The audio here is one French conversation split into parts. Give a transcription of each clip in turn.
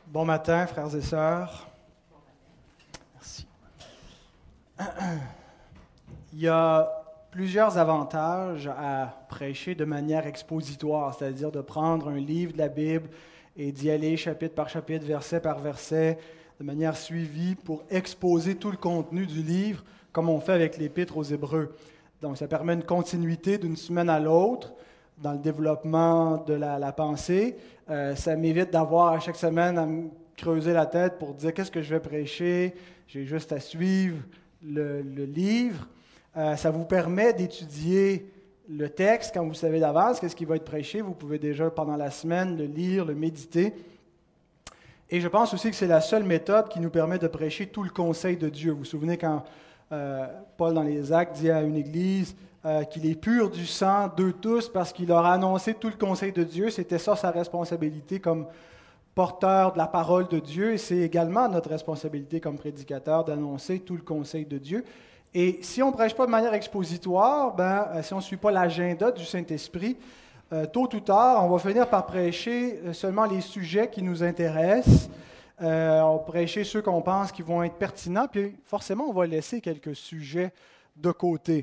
Bon matin, frères et sœurs. Merci. Il y a plusieurs avantages à prêcher de manière expositoire, c'est-à-dire de prendre un livre de la Bible et d'y aller chapitre par chapitre, verset par verset, de manière suivie pour exposer tout le contenu du livre, comme on fait avec l'Épître aux Hébreux. Donc, ça permet une continuité d'une semaine à l'autre dans le développement de la pensée. Ça m'évite d'avoir à chaque semaine à me creuser la tête pour dire qu'est-ce que je vais prêcher. J'ai juste à suivre le livre. Ça vous permet d'étudier le texte quand vous savez d'avance qu'est-ce qui va être prêché. Vous pouvez déjà pendant la semaine le lire, le méditer. Et je pense aussi que c'est la seule méthode qui nous permet de prêcher tout le conseil de Dieu. Vous vous souvenez quand Paul dans les Actes dit à une église qu'il est pur du sang d'eux tous parce qu'il leur a annoncé tout le conseil de Dieu. C'était ça sa responsabilité comme porteur de la parole de Dieu. Et c'est également notre responsabilité comme prédicateur d'annoncer tout le conseil de Dieu. Et si on ne prêche pas de manière expositoire, si on ne suit pas l'agenda du Saint-Esprit, tôt ou tard, on va finir par prêcher seulement les sujets qui nous intéressent. On va prêcher ceux qu'on pense qui vont être pertinents, puis forcément, on va laisser quelques sujets de côté.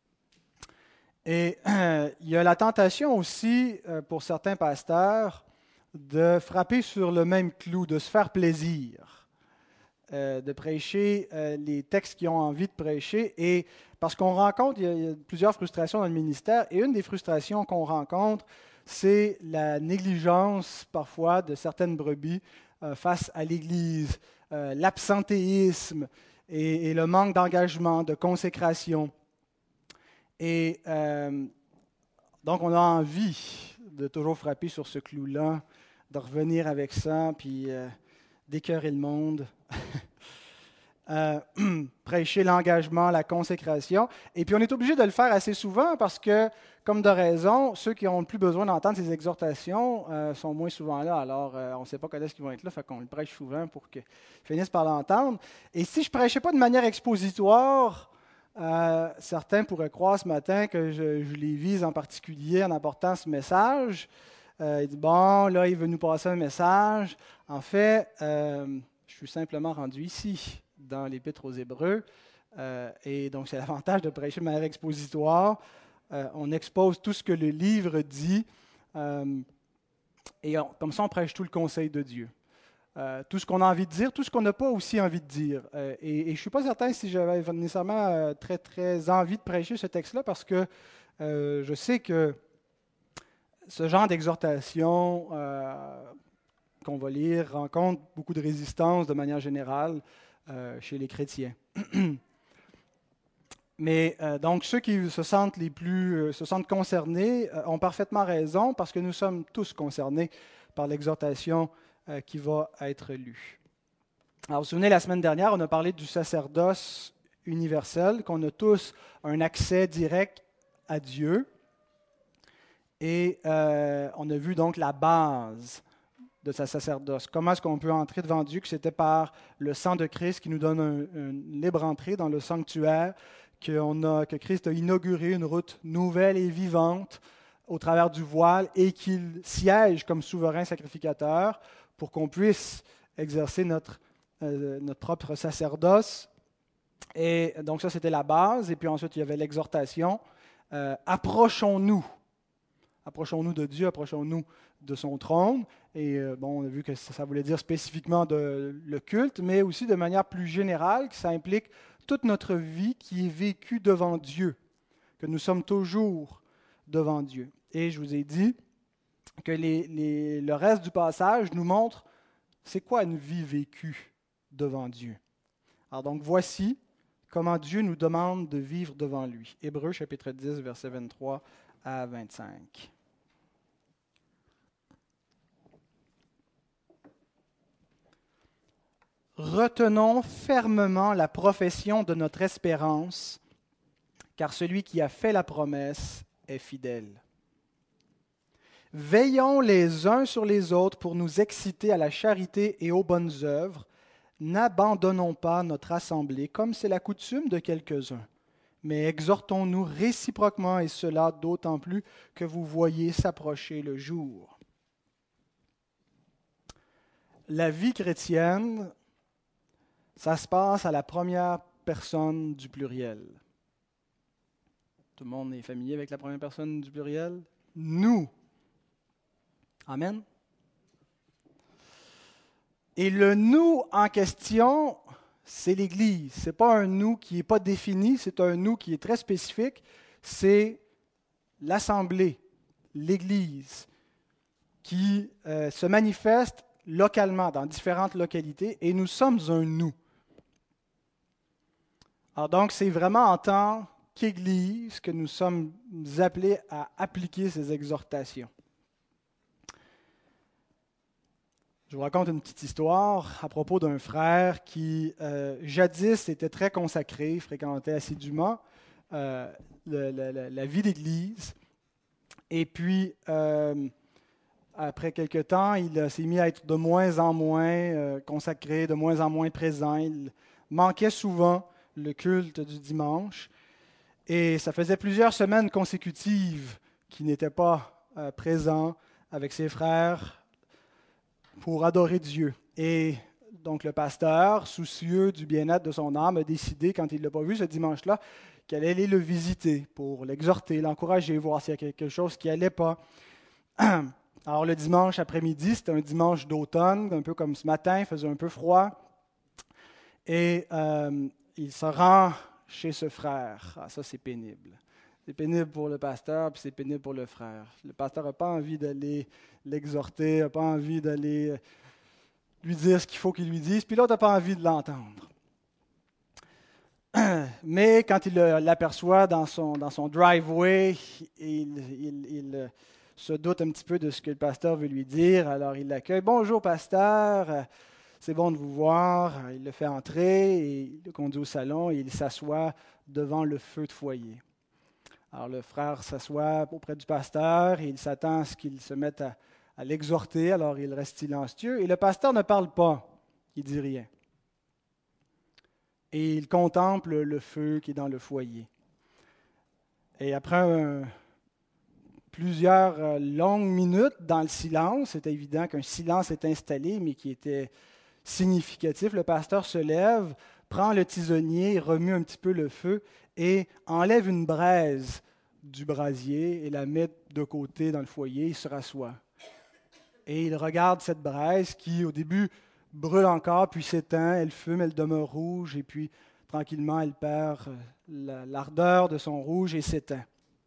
Et il y a la tentation aussi, pour certains pasteurs, de frapper sur le même clou, de se faire plaisir, de prêcher les textes qu'ils ont envie de prêcher. Et parce qu'on rencontre, il y a plusieurs frustrations dans le ministère, et une des frustrations qu'on rencontre, c'est la négligence parfois de certaines brebis face à l'Église, l'absentéisme et le manque d'engagement, de consécration. Et donc, on a envie de toujours frapper sur ce clou-là, de revenir avec ça, puis d'écœurer le monde. Prêcher l'engagement, la consécration. Et puis, on est obligé de le faire assez souvent parce que, comme de raison, ceux qui ont le plus besoin d'entendre ces exhortations sont moins souvent là. Alors, on ne sait pas quand est-ce qu'ils vont être là, fait qu'on le prêche souvent pour qu'ils finissent par l'entendre. Et si je ne prêchais pas de manière expositoire, certains pourraient croire ce matin que je les vise en particulier en apportant ce message. Il dit, bon, là, il veut nous passer un message. En fait, je suis simplement rendu ici, dans l'Épître aux Hébreux. Et donc, c'est l'avantage de prêcher de manière expositoire. On expose tout ce que le livre dit. Comme ça, on prêche tout le conseil de Dieu. Tout ce qu'on a envie de dire, tout ce qu'on n'a pas aussi envie de dire. Et je ne suis pas certain si j'avais nécessairement très, très envie de prêcher ce texte-là parce que je sais que ce genre d'exhortation qu'on va lire rencontre beaucoup de résistance de manière générale chez les chrétiens. Mais donc ceux qui se sentent se sentent concernés ont parfaitement raison parce que nous sommes tous concernés par l'exhortation qui va être lue. Alors vous vous souvenez, la semaine dernière, on a parlé du sacerdoce universel, qu'on a tous un accès direct à Dieu. Et on a vu donc la base de sa sacerdoce. Comment est-ce qu'on peut entrer devant Dieu, que c'était par le sang de Christ qui nous donne une libre entrée dans le sanctuaire, que Christ a inauguré une route nouvelle et vivante au travers du voile et qu'il siège comme souverain sacrificateur pour qu'on puisse exercer notre propre sacerdoce. Et donc ça, c'était la base. Et puis ensuite, il y avait l'exhortation. Approchons-nous. Approchons-nous de Dieu, approchons-nous de son trône. Et on a vu que ça voulait dire spécifiquement le culte, mais aussi de manière plus générale, que ça implique toute notre vie qui est vécue devant Dieu, que nous sommes toujours devant Dieu. Et je vous ai dit que le reste du passage nous montre c'est quoi une vie vécue devant Dieu. Alors donc voici comment Dieu nous demande de vivre devant lui. Hébreux chapitre 10, versets 23 à 25. Retenons fermement la profession de notre espérance, car celui qui a fait la promesse est fidèle. Veillons les uns sur les autres pour nous exciter à la charité et aux bonnes œuvres. N'abandonnons pas notre assemblée, comme c'est la coutume de quelques-uns, mais exhortons-nous réciproquement, et cela d'autant plus que vous voyez s'approcher le jour. la vie chrétienne, ça se passe à la première personne du pluriel. Tout le monde est familier avec la première personne du pluriel? Nous. Amen. Et le nous en question, c'est l'Église. Ce n'est pas un nous qui n'est pas défini, c'est un nous qui est très spécifique. C'est l'Assemblée, l'Église, qui se manifeste localement, dans différentes localités, et nous sommes un nous. Alors donc, c'est vraiment en tant qu'Église que nous sommes appelés à appliquer ces exhortations. Je vous raconte une petite histoire à propos d'un frère qui, jadis, était très consacré, fréquentait assidûment la vie d'Église. Et puis, après quelque temps, il s'est mis à être de moins en moins consacré, de moins en moins présent. Il manquait souvent le culte du dimanche. Et ça faisait plusieurs semaines consécutives qu'il n'était pas présent avec ses frères pour adorer Dieu. Et donc le pasteur, soucieux du bien-être de son âme, a décidé, quand il ne l'a pas vu ce dimanche-là, qu'elle allait le visiter pour l'exhorter, l'encourager, voir s'il y a quelque chose qui n'allait pas. Alors le dimanche après-midi, c'était un dimanche d'automne, un peu comme ce matin, il faisait un peu froid. Et il se rend chez ce frère. Ah, ça, c'est pénible. C'est pénible pour le pasteur, puis c'est pénible pour le frère. Le pasteur n'a pas envie d'aller l'exhorter, n'a pas envie d'aller lui dire ce qu'il faut qu'il lui dise, puis l'autre n'a pas envie de l'entendre. Mais quand il l'aperçoit dans son driveway, il se doute un petit peu de ce que le pasteur veut lui dire, alors il l'accueille. « Bonjour, pasteur, c'est bon de vous voir. » Il le fait entrer, et il le conduit au salon et il s'assoit devant le feu de foyer. Alors le frère s'assoit auprès du pasteur et il s'attend à ce qu'il se mette à l'exhorter, alors il reste silencieux. Et le pasteur ne parle pas, il ne dit rien. Et il contemple le feu qui est dans le foyer. Et après plusieurs longues minutes dans le silence, c'est évident qu'un silence est installé, mais qui était significatif, le pasteur se lève, prend le tisonnier, remue un petit peu le feu et enlève une braise du brasier et la met de côté dans le foyer. Il se rassoit. Et il regarde cette braise qui, au début, brûle encore, puis s'éteint, elle fume, elle demeure rouge, et puis tranquillement, elle perd l'ardeur de son rouge et s'éteint.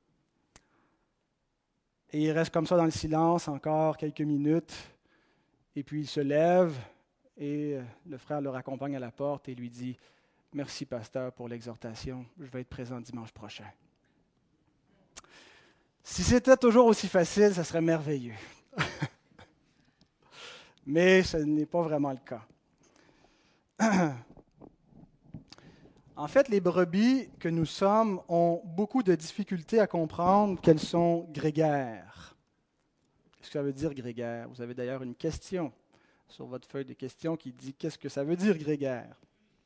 Et il reste comme ça dans le silence encore quelques minutes, et puis il se lève, et le frère le raccompagne à la porte et lui dit « Merci, pasteur, pour l'exhortation. Je vais être présent dimanche prochain. » Si c'était toujours aussi facile, ça serait merveilleux. Mais ce n'est pas vraiment le cas. En fait, les brebis que nous sommes ont beaucoup de difficultés à comprendre qu'elles sont grégaires. Qu'est-ce que ça veut dire grégaire? Vous avez d'ailleurs une question sur votre feuille de questions qui dit « Qu'est-ce que ça veut dire grégaire? »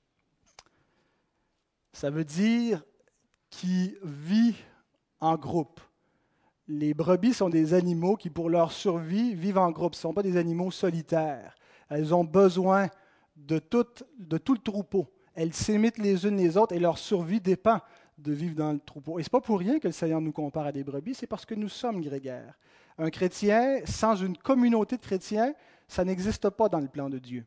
Ça veut dire qui vit en groupe. Les brebis sont des animaux qui, pour leur survie, vivent en groupe. Ce ne sont pas des animaux solitaires. Elles ont besoin de tout le troupeau. Elles s'imitent les unes les autres et leur survie dépend de vivre dans le troupeau. Et ce n'est pas pour rien que le Seigneur nous compare à des brebis, c'est parce que nous sommes grégaires. Un chrétien, sans une communauté de chrétiens, ça n'existe pas dans le plan de Dieu.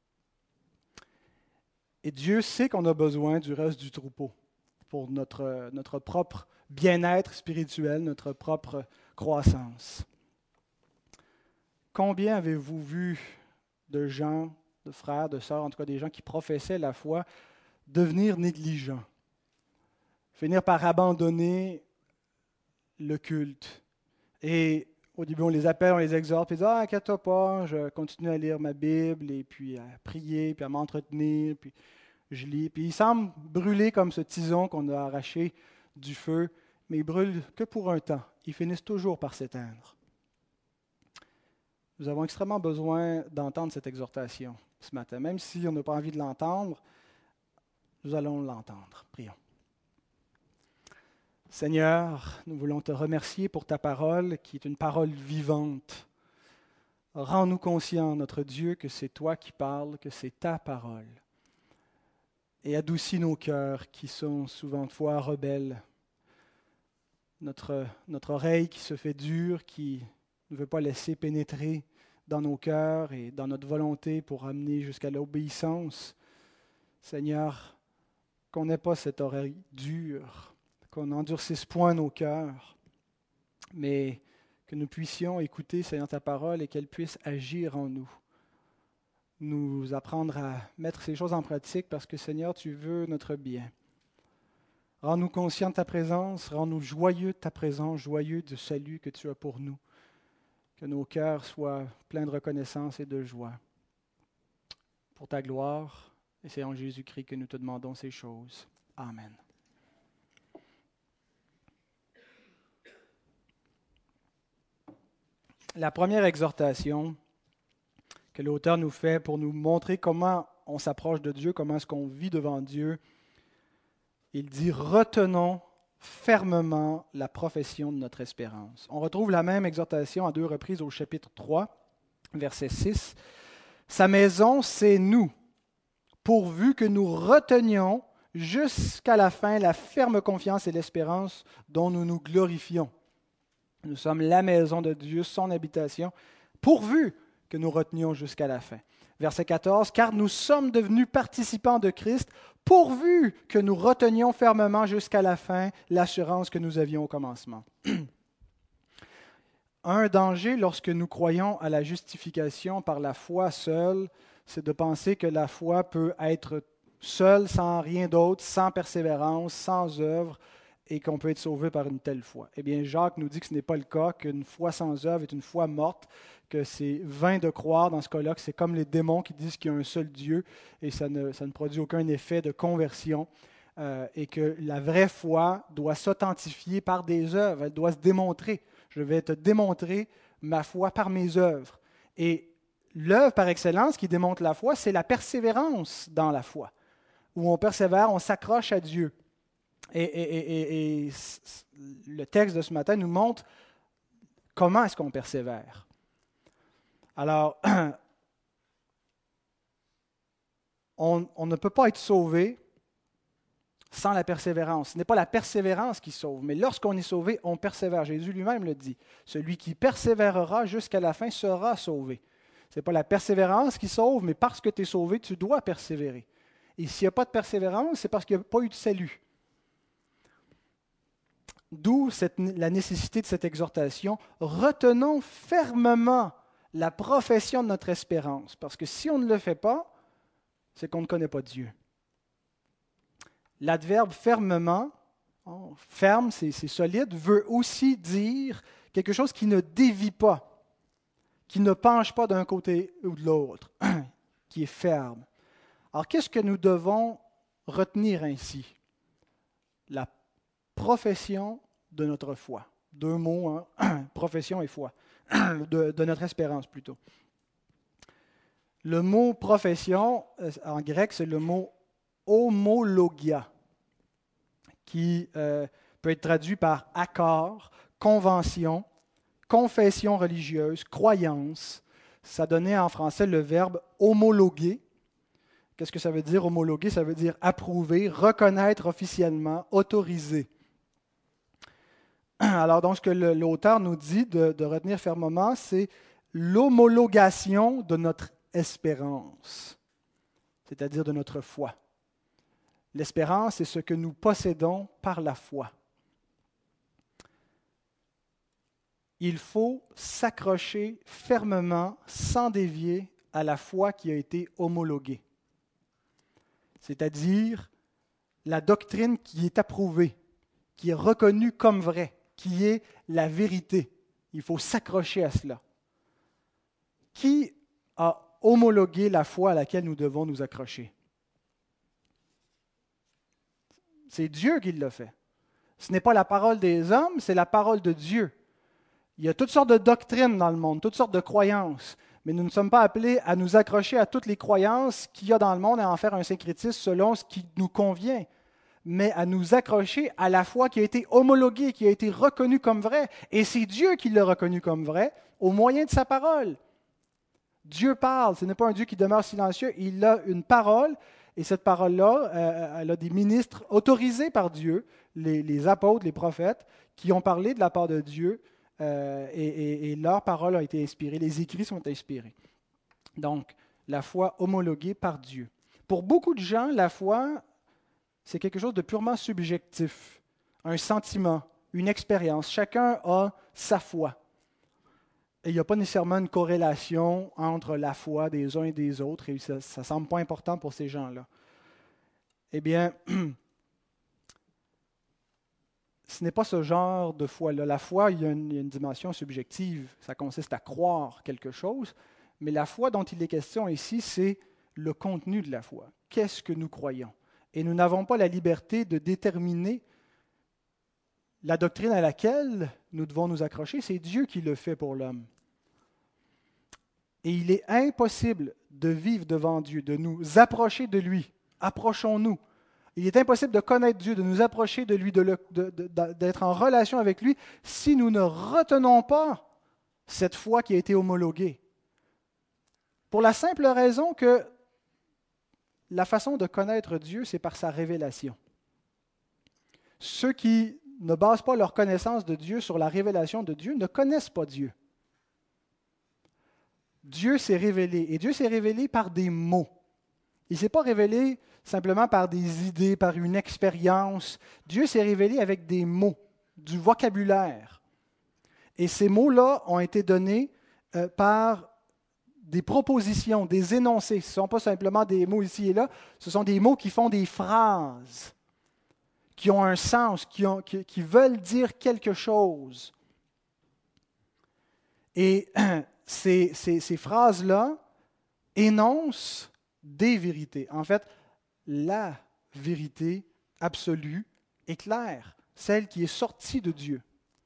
Et Dieu sait qu'on a besoin du reste du troupeau pour notre propre bien-être spirituel, notre propre croissance. Combien avez-vous vu de gens, de frères, de sœurs, en tout cas des gens qui professaient la foi, devenir négligents, finir par abandonner le culte? Et au début, on les appelle, on les exhorte, puis ils disent « Ah, inquiète-toi pas, je continue à lire ma Bible, et puis à prier, puis à m'entretenir, puis je lis. » Puis ils semblent brûler comme ce tison qu'on a arraché du feu, mais ils brûlent que pour un temps. Ils finissent toujours par s'éteindre. Nous avons extrêmement besoin d'entendre cette exhortation ce matin. Même si on n'a pas envie de l'entendre, nous allons l'entendre. Prions. Seigneur, nous voulons te remercier pour ta parole qui est une parole vivante. Rends-nous conscients, notre Dieu, que c'est toi qui parles, que c'est ta parole. Et adoucis nos cœurs qui sont souvent de fois rebelles. Notre oreille qui se fait dure, qui ne veut pas laisser pénétrer dans nos cœurs et dans notre volonté pour amener jusqu'à l'obéissance. Seigneur, qu'on n'ait pas cette oreille dure, qu'on endurcisse point nos cœurs, mais que nous puissions écouter, Seigneur, ta parole et qu'elle puisse agir en nous. Nous apprendre à mettre ces choses en pratique parce que, Seigneur, tu veux notre bien. Rends-nous conscients de ta présence, rends-nous joyeux de ta présence, joyeux du salut que tu as pour nous. Que nos cœurs soient pleins de reconnaissance et de joie. Pour ta gloire, et c'est en Jésus-Christ que nous te demandons ces choses. Amen. La première exhortation que l'auteur nous fait pour nous montrer comment on s'approche de Dieu, comment est-ce qu'on vit devant Dieu, il dit « Retenons fermement la profession de notre espérance ». On retrouve la même exhortation à 2 reprises au chapitre 3, verset 6. « Sa maison, c'est nous, pourvu que nous retenions jusqu'à la fin la ferme confiance et l'espérance dont nous nous glorifions. Nous sommes la maison de Dieu, son habitation, pourvu que nous retenions jusqu'à la fin. » Verset 14, « Car nous sommes devenus participants de Christ, pourvu que nous retenions fermement jusqu'à la fin l'assurance que nous avions au commencement. » Un danger lorsque nous croyons à la justification par la foi seule, c'est de penser que la foi peut être seule, sans rien d'autre, sans persévérance, sans œuvre, et qu'on peut être sauvé par une telle foi. Eh bien, Jacques nous dit que ce n'est pas le cas, qu'une foi sans œuvre est une foi morte, que c'est vain de croire dans ce cas-là, que c'est comme les démons qui disent qu'il y a un seul Dieu, et ça ne produit aucun effet de conversion, et que la vraie foi doit s'authentifier par des œuvres, elle doit se démontrer. Je vais te démontrer ma foi par mes œuvres. Et l'œuvre par excellence qui démontre la foi, c'est la persévérance dans la foi, où on persévère, on s'accroche à Dieu. Et le texte de ce matin nous montre comment est-ce qu'on persévère. Alors, on ne peut pas être sauvé sans la persévérance. Ce n'est pas la persévérance qui sauve, mais lorsqu'on est sauvé, on persévère. Jésus lui-même le dit. Celui qui persévérera jusqu'à la fin sera sauvé. Ce n'est pas la persévérance qui sauve, mais parce que tu es sauvé, tu dois persévérer. Et s'il n'y a pas de persévérance, c'est parce qu'il n'y a pas eu de salut. D'où la nécessité de cette exhortation. Retenons fermement la profession de notre espérance, parce que si on ne le fait pas, c'est qu'on ne connaît pas Dieu. L'adverbe fermement, ferme, c'est solide, veut aussi dire quelque chose qui ne dévie pas, qui ne penche pas d'un côté ou de l'autre, qui est ferme. Alors, qu'est-ce que nous devons retenir ainsi? La profession de notre foi. 2 mots, hein? Profession et foi, de notre espérance plutôt. Le mot profession, en grec, c'est le mot homologia, qui peut être traduit par accord, convention, confession religieuse, croyance. Ça donnait en français le verbe homologuer. Qu'est-ce que ça veut dire homologuer? Ça veut dire approuver, reconnaître officiellement, autoriser. Alors, donc, ce que l'auteur nous dit de retenir fermement, c'est l'homologation de notre espérance, c'est-à-dire de notre foi. L'espérance, c'est ce que nous possédons par la foi. Il faut s'accrocher fermement, sans dévier, à la foi qui a été homologuée, c'est-à-dire la doctrine qui est approuvée, qui est reconnue comme vraie, qui est la vérité. Il faut s'accrocher à cela. Qui a homologué la foi à laquelle nous devons nous accrocher? C'est Dieu qui l'a fait. Ce n'est pas la parole des hommes, c'est la parole de Dieu. Il y a toutes sortes de doctrines dans le monde, toutes sortes de croyances, mais nous ne sommes pas appelés à nous accrocher à toutes les croyances qu'il y a dans le monde et à en faire un syncrétisme selon ce qui nous convient, mais à nous accrocher à la foi qui a été homologuée, qui a été reconnue comme vraie. Et c'est Dieu qui l'a reconnue comme vraie au moyen de sa parole. Dieu parle, ce n'est pas un Dieu qui demeure silencieux, il a une parole, et cette parole-là, elle a des ministres autorisés par Dieu, les apôtres, les prophètes, qui ont parlé de la part de Dieu, et leur parole a été inspirée, les écrits sont inspirés. Donc, la foi homologuée par Dieu. Pour beaucoup de gens, la foi, c'est quelque chose de purement subjectif, un sentiment, une expérience. Chacun a sa foi. Et il n'y a pas nécessairement une corrélation entre la foi des uns et des autres, et ça ne semble pas important pour ces gens-là. Eh bien, ce n'est pas ce genre de foi-là. La foi, il y a une dimension subjective. Ça consiste à croire quelque chose. Mais la foi dont il est question ici, c'est le contenu de la foi. Qu'est-ce que nous croyons? Et nous n'avons pas la liberté de déterminer la doctrine à laquelle nous devons nous accrocher. C'est Dieu qui le fait pour l'homme. Et il est impossible de vivre devant Dieu, de nous approcher de lui. Approchons-nous. Il est impossible de connaître Dieu, de nous approcher de lui, d'être en relation avec lui, si nous ne retenons pas cette foi qui a été homologuée. Pour la simple raison que la façon de connaître Dieu, c'est par sa révélation. Ceux qui ne basent pas leur connaissance de Dieu sur la révélation de Dieu ne connaissent pas Dieu. Dieu s'est révélé, et Dieu s'est révélé par des mots. Il ne s'est pas révélé simplement par des idées, par une expérience. Dieu s'est révélé avec des mots, du vocabulaire. Et ces mots-là ont été donnés par des propositions, des énoncés. Ce ne sont pas simplement des mots ici et là, ce sont des mots qui font des phrases, qui ont un sens, qui veulent dire quelque chose. Et ces phrases-là énoncent des vérités. En fait, la vérité absolue est claire, celle qui est sortie de Dieu.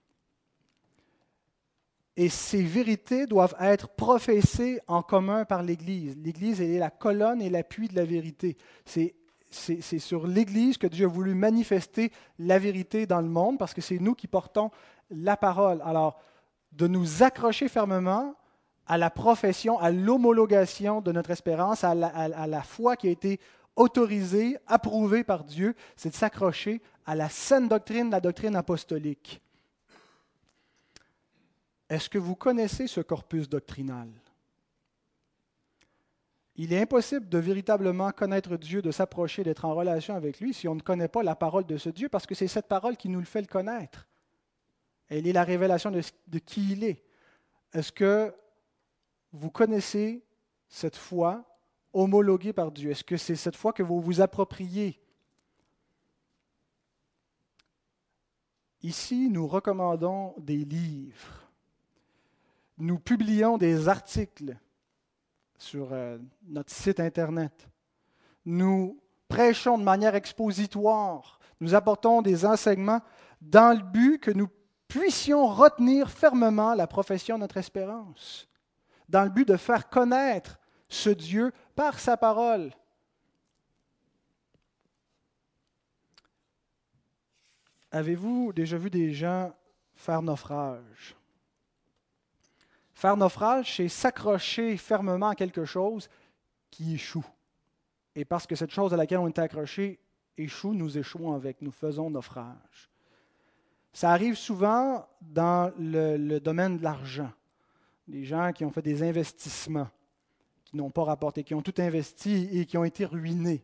Et ces vérités doivent être professées en commun par l'Église. L'Église, elle est la colonne et l'appui de la vérité. C'est sur l'Église que Dieu a voulu manifester la vérité dans le monde, parce que c'est nous qui portons la parole. Alors, de nous accrocher fermement à la profession, à l'homologation de notre espérance, à la foi qui a été autorisée, approuvée par Dieu, c'est de s'accrocher à la saine doctrine, la doctrine apostolique. Est-ce que vous connaissez ce corpus doctrinal? Il est impossible de véritablement connaître Dieu, de s'approcher, d'être en relation avec lui si on ne connaît pas la parole de ce Dieu, parce que c'est cette parole qui nous le fait le connaître. Elle est la révélation de qui il est. Est-ce que vous connaissez cette foi homologuée par Dieu? Est-ce que c'est cette foi que vous vous appropriez? Ici, nous recommandons des livres. Nous publions des articles sur notre site Internet. Nous prêchons de manière expositoire. Nous apportons des enseignements dans le but que nous puissions retenir fermement la profession de notre espérance, dans le but de faire connaître ce Dieu par sa parole. Avez-vous déjà vu des gens faire naufrage? Faire naufrage, c'est s'accrocher fermement à quelque chose qui échoue. Et parce que cette chose à laquelle on est accroché échoue, nous échouons avec, nous faisons naufrage. Ça arrive souvent dans le domaine de l'argent. Des gens qui ont fait des investissements, qui n'ont pas rapporté, qui ont tout investi et qui ont été ruinés,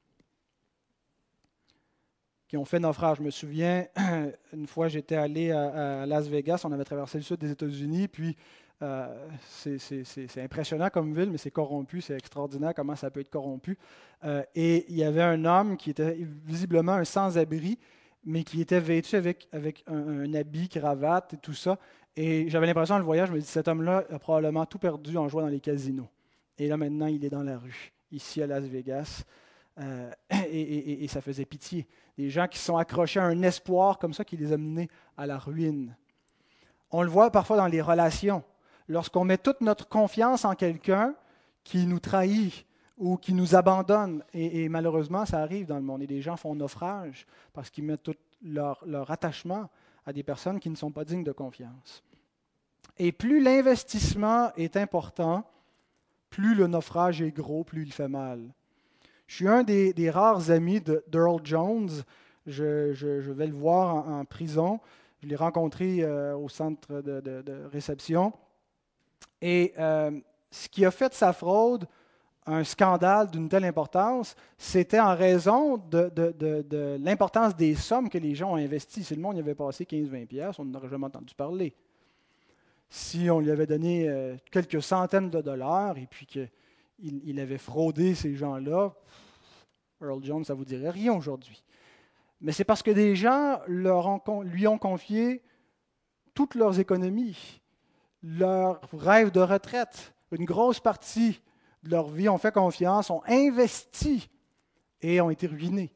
qui ont fait naufrage. Je me souviens, une fois j'étais allé à Las Vegas, on avait traversé le sud des États-Unis, puis c'est impressionnant comme ville, mais c'est corrompu, c'est extraordinaire comment ça peut être corrompu. Et il y avait un homme qui était visiblement un sans-abri, mais qui était vêtu avec un habit, cravate et tout ça. Et j'avais l'impression, en le voyant, je me dis, cet homme-là a probablement tout perdu en jouant dans les casinos. Et là, maintenant, il est dans la rue, ici à Las Vegas. Et ça faisait pitié. Des gens qui sont accrochés à un espoir comme ça qui les a menés à la ruine. On le voit parfois dans les relations. Lorsqu'on met toute notre confiance en quelqu'un qui nous trahit ou qui nous abandonne, et malheureusement, ça arrive dans le monde, et des gens font naufrage parce qu'ils mettent tout leur attachement à des personnes qui ne sont pas dignes de confiance. Et plus l'investissement est important, plus le naufrage est gros, plus il fait mal. Je suis un des rares amis d'Earl Jones. Je vais le voir en prison. Je l'ai rencontré au centre de réception. Et ce qui a fait de sa fraude un scandale d'une telle importance, c'était en raison de l'importance des sommes que les gens ont investies. Si le monde y avait passé 15-20 piastres, on n'aurait jamais entendu parler. Si on lui avait donné quelques centaines de dollars et puis qu'il avait fraudé ces gens-là, Earl Jones, ça ne vous dirait rien aujourd'hui. Mais c'est parce que des gens lui ont confié toutes leurs économies, leurs rêves de retraite, une grosse partie de leur vie, ont fait confiance, ont investi et ont été ruinés.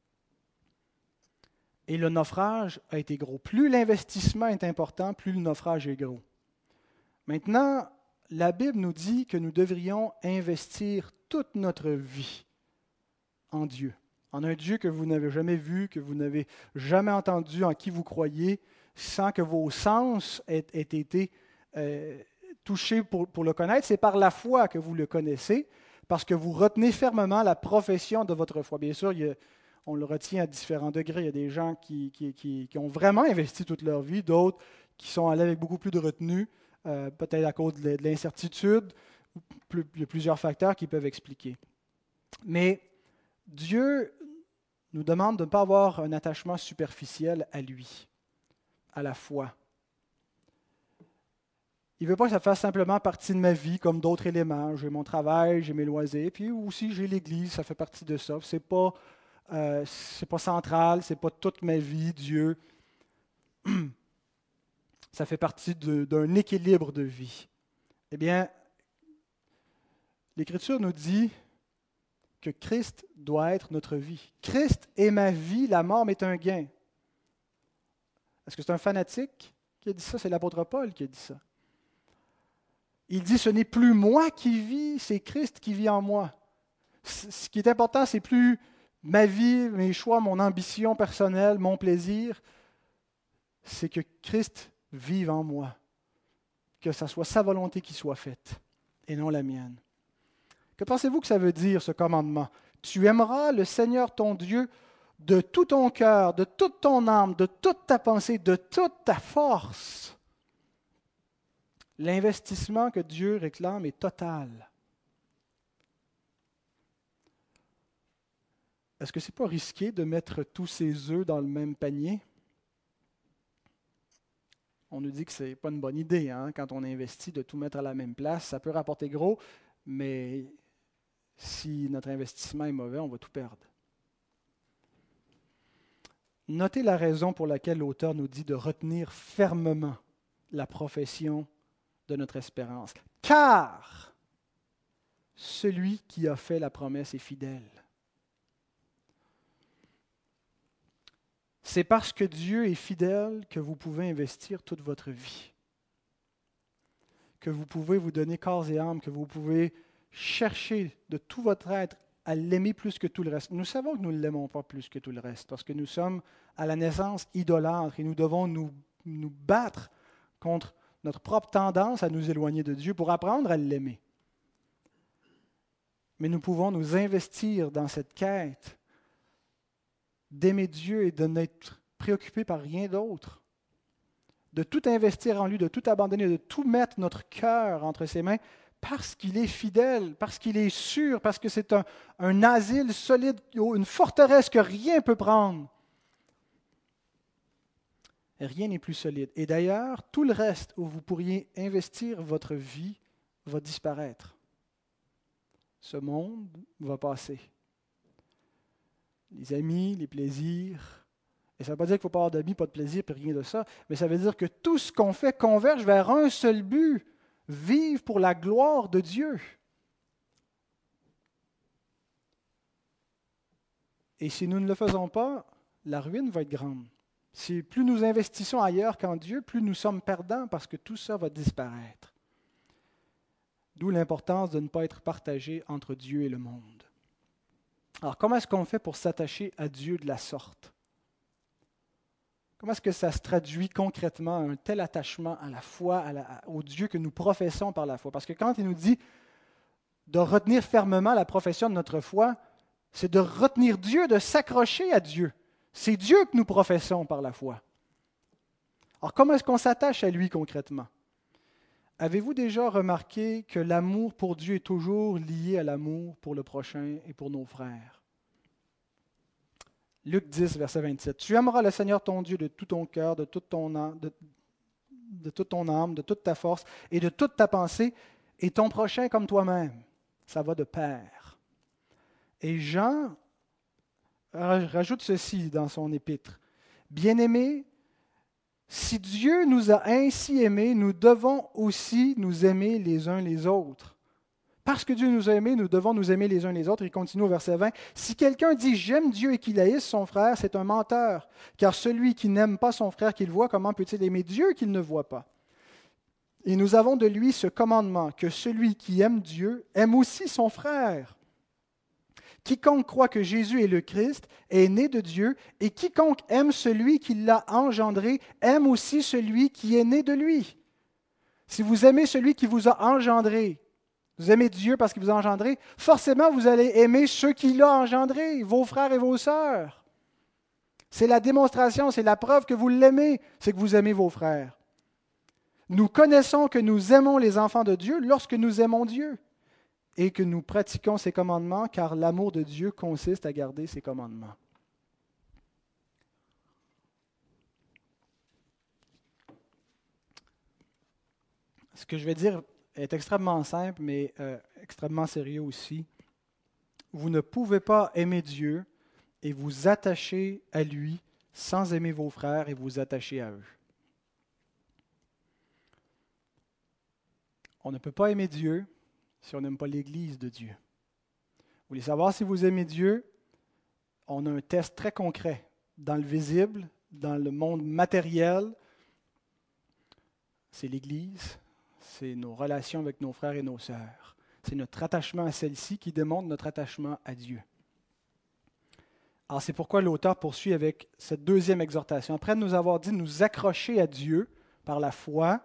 Et le naufrage a été gros. Plus l'investissement est important, plus le naufrage est gros. Maintenant, la Bible nous dit que nous devrions investir toute notre vie en Dieu, en un Dieu que vous n'avez jamais vu, que vous n'avez jamais entendu, en qui vous croyez, sans que vos sens aient été touchés pour le connaître. C'est par la foi que vous le connaissez, parce que vous retenez fermement la profession de votre foi. Bien sûr, on le retient à différents degrés. Il y a des gens qui ont vraiment investi toute leur vie, d'autres qui sont allés avec beaucoup plus de retenue, peut-être à cause de l'incertitude. Il y a plusieurs facteurs qui peuvent expliquer. Mais Dieu nous demande de ne pas avoir un attachement superficiel à lui, à la foi. Il ne veut pas que ça fasse simplement partie de ma vie comme d'autres éléments. J'ai mon travail, j'ai mes loisirs, puis aussi j'ai l'Église, ça fait partie de ça. C'est pas central, c'est pas toute ma vie, Dieu. Ça fait partie d'un équilibre de vie. Eh bien, l'Écriture nous dit que Christ doit être notre vie. Christ est ma vie, la mort m'est un gain. Est-ce que c'est un fanatique qui a dit ça? C'est l'apôtre Paul qui a dit ça. Il dit, ce n'est plus moi qui vis, c'est Christ qui vit en moi. Ce qui est important, c'est plus ma vie, mes choix, mon ambition personnelle, mon plaisir. C'est que Christ vive en moi. Que ce soit sa volonté qui soit faite et non la mienne. Que pensez-vous que ça veut dire, ce commandement? Tu aimeras le Seigneur ton Dieu de tout ton cœur, de toute ton âme, de toute ta pensée, de toute ta force. L'investissement que Dieu réclame est total. Est-ce que ce n'est pas risqué de mettre tous ses œufs dans le même panier? On nous dit que ce n'est pas une bonne idée, hein? Quand on investit, de tout mettre à la même place. Ça peut rapporter gros, mais si notre investissement est mauvais, on va tout perdre. Notez la raison pour laquelle l'auteur nous dit de retenir fermement la profession de notre espérance. Car celui qui a fait la promesse est fidèle. C'est parce que Dieu est fidèle que vous pouvez investir toute votre vie, que vous pouvez vous donner corps et âme, que vous pouvez chercher de tout votre être à l'aimer plus que tout le reste. Nous savons que nous ne l'aimons pas plus que tout le reste, parce que nous sommes à la naissance idolâtres et nous devons nous battre contre notre propre tendance à nous éloigner de Dieu pour apprendre à l'aimer. Mais nous pouvons nous investir dans cette quête d'aimer Dieu et de n'être préoccupés par rien d'autre. De tout investir en lui, de tout abandonner, de tout mettre notre cœur entre ses mains parce qu'il est fidèle, parce qu'il est sûr, parce que c'est un asile solide, une forteresse que rien ne peut prendre. Rien n'est plus solide. Et d'ailleurs, tout le reste où vous pourriez investir votre vie va disparaître. Ce monde va passer. Les amis, les plaisirs. Et ça ne veut pas dire qu'il ne faut pas avoir d'amis, pas de plaisir, puis rien de ça. Mais ça veut dire que tout ce qu'on fait converge vers un seul but, vivre pour la gloire de Dieu. Et si nous ne le faisons pas, la ruine va être grande. Si plus nous investissons ailleurs qu'en Dieu, plus nous sommes perdants parce que tout ça va disparaître. D'où l'importance de ne pas être partagé entre Dieu et le monde. Alors, comment est-ce qu'on fait pour s'attacher à Dieu de la sorte? Comment est-ce que ça se traduit concrètement, un tel attachement à la foi, au Dieu que nous professons par la foi? Parce que quand il nous dit de retenir fermement la profession de notre foi, c'est de retenir Dieu, de s'accrocher à Dieu. C'est Dieu que nous professons par la foi. Alors, comment est-ce qu'on s'attache à lui concrètement? Avez-vous déjà remarqué que l'amour pour Dieu est toujours lié à l'amour pour le prochain et pour nos frères? Luc 10, verset 27. Tu aimeras le Seigneur ton Dieu de tout ton cœur, de toute ton âme, de toute ton âme, de toute ta force et de toute ta pensée, et ton prochain comme toi-même. Ça va de pair. Et Jean rajoute ceci dans son épître. Bien-aimés, si Dieu nous a ainsi aimés, nous devons aussi nous aimer les uns les autres. Parce que Dieu nous a aimés, nous devons nous aimer les uns les autres. Il continue au verset 20. Si quelqu'un dit « J'aime Dieu » et qu'il haïsse son frère, c'est un menteur. Car celui qui n'aime pas son frère qu'il voit, comment peut-il aimer Dieu qu'il ne voit pas? Et nous avons de lui ce commandement, que celui qui aime Dieu aime aussi son frère. Quiconque croit que Jésus est le Christ est né de Dieu, et quiconque aime celui qui l'a engendré aime aussi celui qui est né de lui. Si vous aimez celui qui vous a engendré, vous aimez Dieu parce qu'il vous a engendré, forcément vous allez aimer ceux qui l'ont engendré, vos frères et vos sœurs. C'est la démonstration, c'est la preuve que vous l'aimez, c'est que vous aimez vos frères. Nous connaissons que nous aimons les enfants de Dieu lorsque nous aimons Dieu et que nous pratiquons ses commandements, car l'amour de Dieu consiste à garder ses commandements. Ce que je vais dire est extrêmement simple, mais extrêmement sérieux aussi. Vous ne pouvez pas aimer Dieu et vous attacher à lui sans aimer vos frères et vous attacher à eux. On ne peut pas aimer Dieu si on n'aime pas l'Église de Dieu. Vous voulez savoir si vous aimez Dieu? On a un test très concret dans le visible, dans le monde matériel. C'est l'Église, c'est nos relations avec nos frères et nos sœurs. C'est notre attachement à celle-ci qui démontre notre attachement à Dieu. Alors c'est pourquoi l'auteur poursuit avec cette deuxième exhortation. Après nous avoir dit de nous accrocher à Dieu par la foi,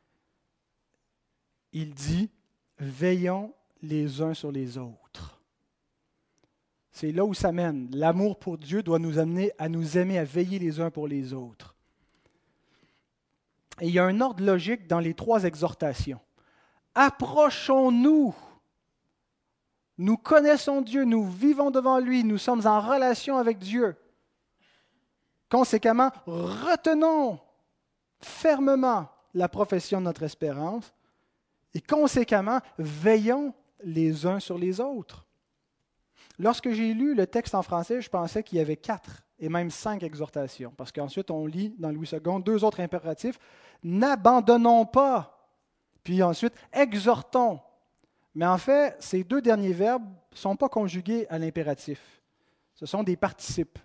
il dit « Veillons les uns sur les autres ». C'est là où ça mène. L'amour pour Dieu doit nous amener à nous aimer, à veiller les uns pour les autres. Et il y a un ordre logique dans les trois exhortations. Approchons-nous. Nous connaissons Dieu, nous vivons devant lui, nous sommes en relation avec Dieu. Conséquemment, retenons fermement la profession de notre espérance et conséquemment, veillons les uns sur les autres. Lorsque j'ai lu le texte en français, je pensais qu'il y avait 4 et même 5 exhortations, parce qu'ensuite on lit dans Louis II 2 autres impératifs. N'abandonnons pas, puis ensuite exhortons. Mais en fait, ces 2 derniers verbes ne sont pas conjugués à l'impératif. Ce sont des participes.